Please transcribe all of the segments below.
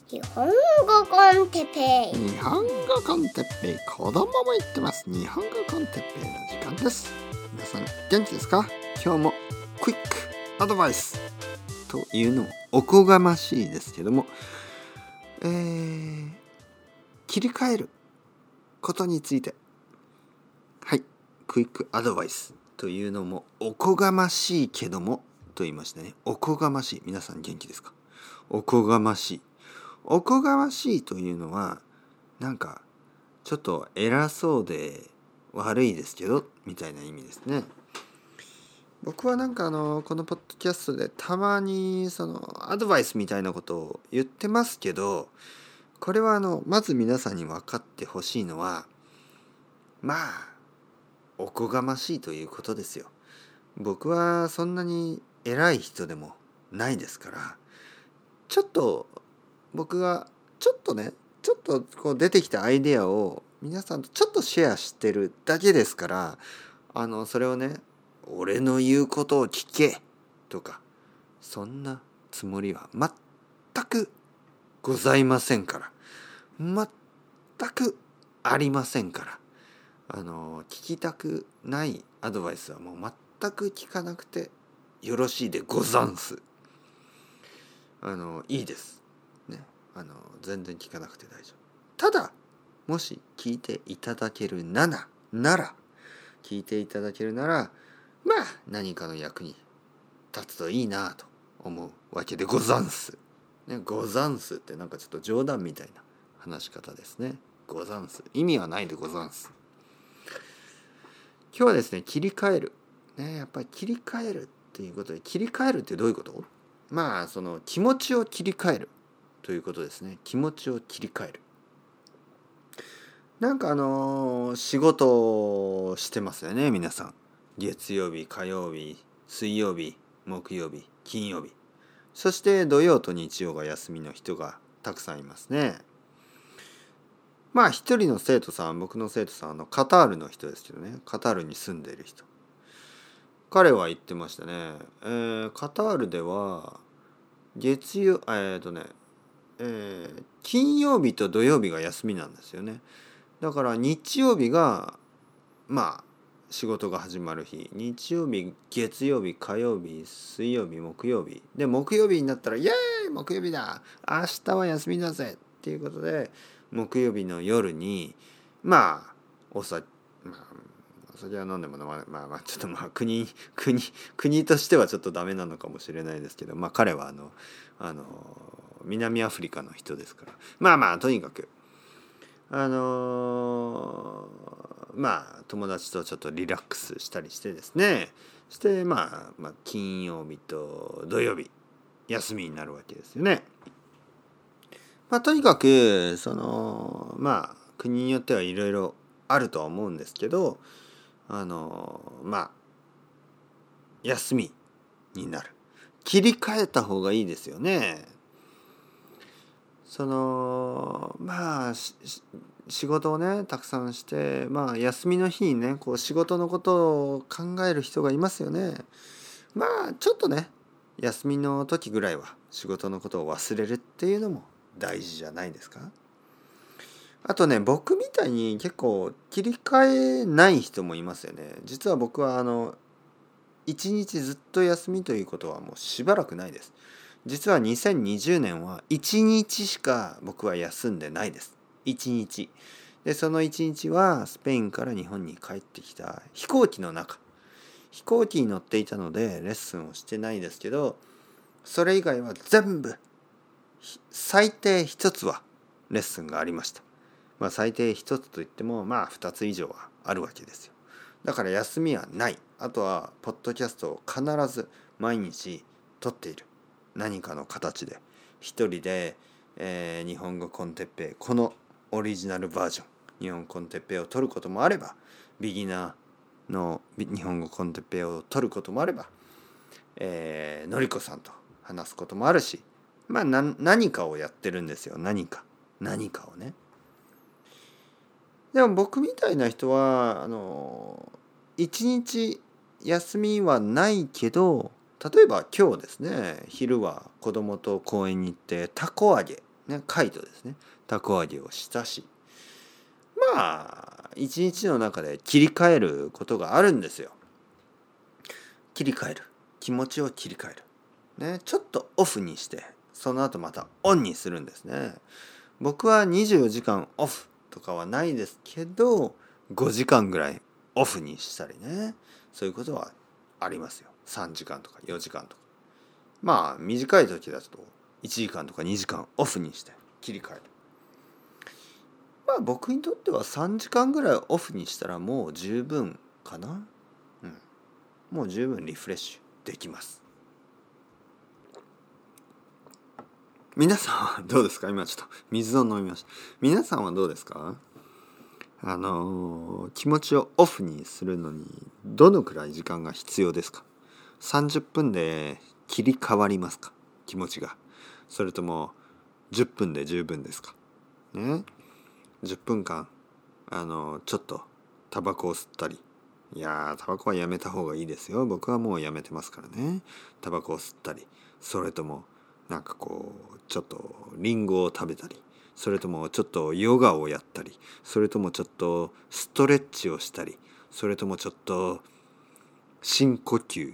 日本語コンテッペイ。 日本語コンテッペイ、子供も言ってます。日本語コンテッペイの時間です。皆さん元気ですか？今日もクイックアドバイスというのもおこがましいですけども、切り替えることについて、クイックアドバイスというのもおこがましいけどもと言いましたね。おこがましい、皆さん元気ですか？おこがましい、おこがましいというのはなんかちょっと偉そうで悪いですけどみたいな意味ですね。僕はこのポッドキャストでたまにそのアドバイスみたいなことを言ってますけど、これはまず皆さんに分かってほしいのは、おこがましいということですよ。僕はそんなに偉い人でもないですから、ちょっと僕がちょっとこう出てきたアイデアを皆さんとちょっとシェアしてるだけですから、それをね、俺の言うことを聞けとかそんなつもりは全くございませんから、全くありませんから、聞きたくないアドバイスはもう全く聞かなくてよろしいでござんす。いいですね。全然聞かなくて大丈夫。ただもし聞いていただけるなら何かの役に立つといいなと思うわけでござんす、ね、ござんすってちょっと冗談みたいな話し方ですね。ござんす、意味はないでござんす。今日はですね、切り替える、やっぱり切り替えるっていうことで、切り替えるってどういうこと？その気持ちを切り替えるということですね。気持ちを切り替える。仕事をしてますよね、皆さん。月曜日、火曜日、水曜日、木曜日、金曜日、そして土曜と日曜が休みの人がたくさんいますね。一人の生徒さん、僕の生徒さんカタールの人ですけどね、カタールに住んでいる人、彼は言ってましたね。カタールでは金曜日と土曜日が休みなんですよね。だから日曜日が仕事が始まる日、日曜日、月曜日、火曜日、水曜日、木曜日で、木曜日になったらイエーイ木曜日だ、明日は休みだぜっていうことで、木曜日の夜にお酒は飲んでもちょっと国としてはちょっとダメなのかもしれないですけど、彼は南アフリカの人ですから、とにかく友達とちょっとリラックスしたりしてですね、して金曜日と土曜日休みになるわけですよね。とにかく国によってはいろいろあるとは思うんですけど、休みになる、切り替えた方がいいですよね。仕事をねたくさんして、休みの日にねこう仕事のことを考える人がいますよね。ちょっとね、休みの時ぐらいは仕事のことを忘れるっていうのも大事じゃないですか。あとね、僕みたいに結構切り替えない人もいますよね。実は僕は一日ずっと休みということはもうしばらくないです。実は2020年は1日しか僕は休んでないです。1日で、その1日はスペインから日本に帰ってきた飛行機に乗っていたのでレッスンをしてないですけど、それ以外は全部最低1つはレッスンがありました。最低1つといっても2つ以上はあるわけですよ。だから休みはない。あとはポッドキャストを必ず毎日撮っている。何かの形で一人で、日本語コンテッペイ、このオリジナルバージョン日本コンテッペイを撮ることもあれば、ビギナーの日本語コンテッペイを撮ることもあれば、のりこさんと話すこともあるし、何かをやってるんですよ。何かをね。でも僕みたいな人は一日休みはないけど、例えば今日ですね、昼は子供と公園に行ってたこ揚げね、貝とですねたこ揚げをしたし、まあ一日の中で切り替えることがあるんですよ。切り替える、気持ちを切り替える、ね、ちょっとオフにしてその後またオンにするんですね。僕は24時間オフとかはないですけど、5時間ぐらいオフにしたりね、そういうことはありますよ。3時間とか4時間とか、まあ短い時だと1時間とか2時間オフにして切り替える。まあ僕にとっては3時間ぐらいオフにしたらもう十分かな。もう十分リフレッシュできます。皆さんはどうですか？今ちょっと水を飲みました。皆さんはどうですか？気持ちをオフにするのにどのくらい時間が必要ですか？30分で切り替わりますか？気持ちが。それとも10分で十分ですかね。10分間ちょっとタバコを吸ったり、いやタバコはやめた方がいいですよ。僕はもうやめてますからね。タバコを吸ったり、それともなんかこうちょっとリンゴを食べたり、それともちょっとヨガをやったり、それともちょっとストレッチをしたり、それともちょっと深呼吸、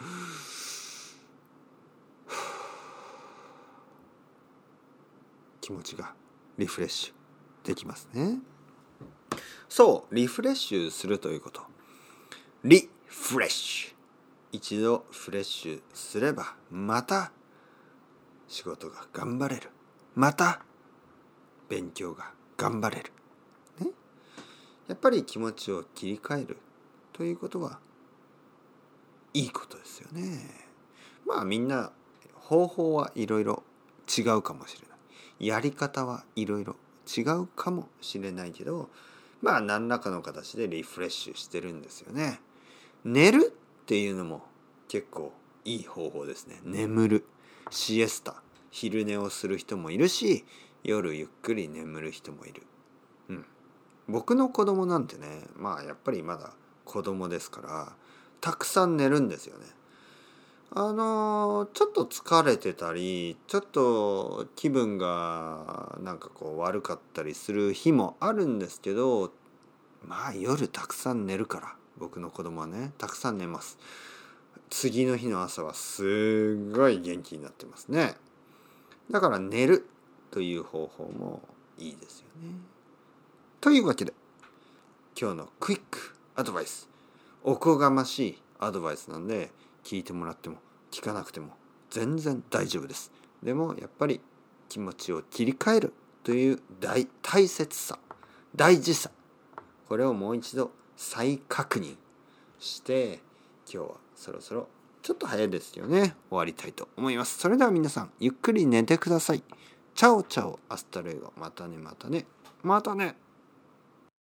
気持ちがリフレッシュできますね。そう、リフレッシュするということ。リフレッシュ。一度フレッシュすればまた仕事が頑張れる。また勉強が頑張れる。ね。やっぱり気持ちを切り替えるということはいいことですよね。まあみんな方法はいろいろ違うかもしれない。やり方はいろいろ違うかもしれないけど、まあ何らかの形でリフレッシュしてるんですよね。寝るっていうのも結構いい方法ですね。眠る、シエスタ、昼寝をする人もいるし、夜ゆっくり眠る人もいる。僕の子供なんてね、まあやっぱりまだ子供ですからたくさん寝るんですよね。ちょっと疲れてたり、ちょっと気分がなんかこう悪かったりする日もあるんですけど、まあ夜たくさん寝るから、僕の子供はねたくさん寝ます。次の日の朝はすごい元気になってますね。だから寝るという方法もいいですよね。というわけで今日のクイックアドバイス、おこがましいアドバイスなんで聞いてもらっても聞かなくても全然大丈夫です。でもやっぱり気持ちを切り替えるという大切さ、大事さ、これをもう一度再確認して今日はそろそろちょっと早いですよね、終わりたいと思います。それでは皆さんゆっくり寝てください。チャオチャオアスタルエゴ、またねまたねまたね。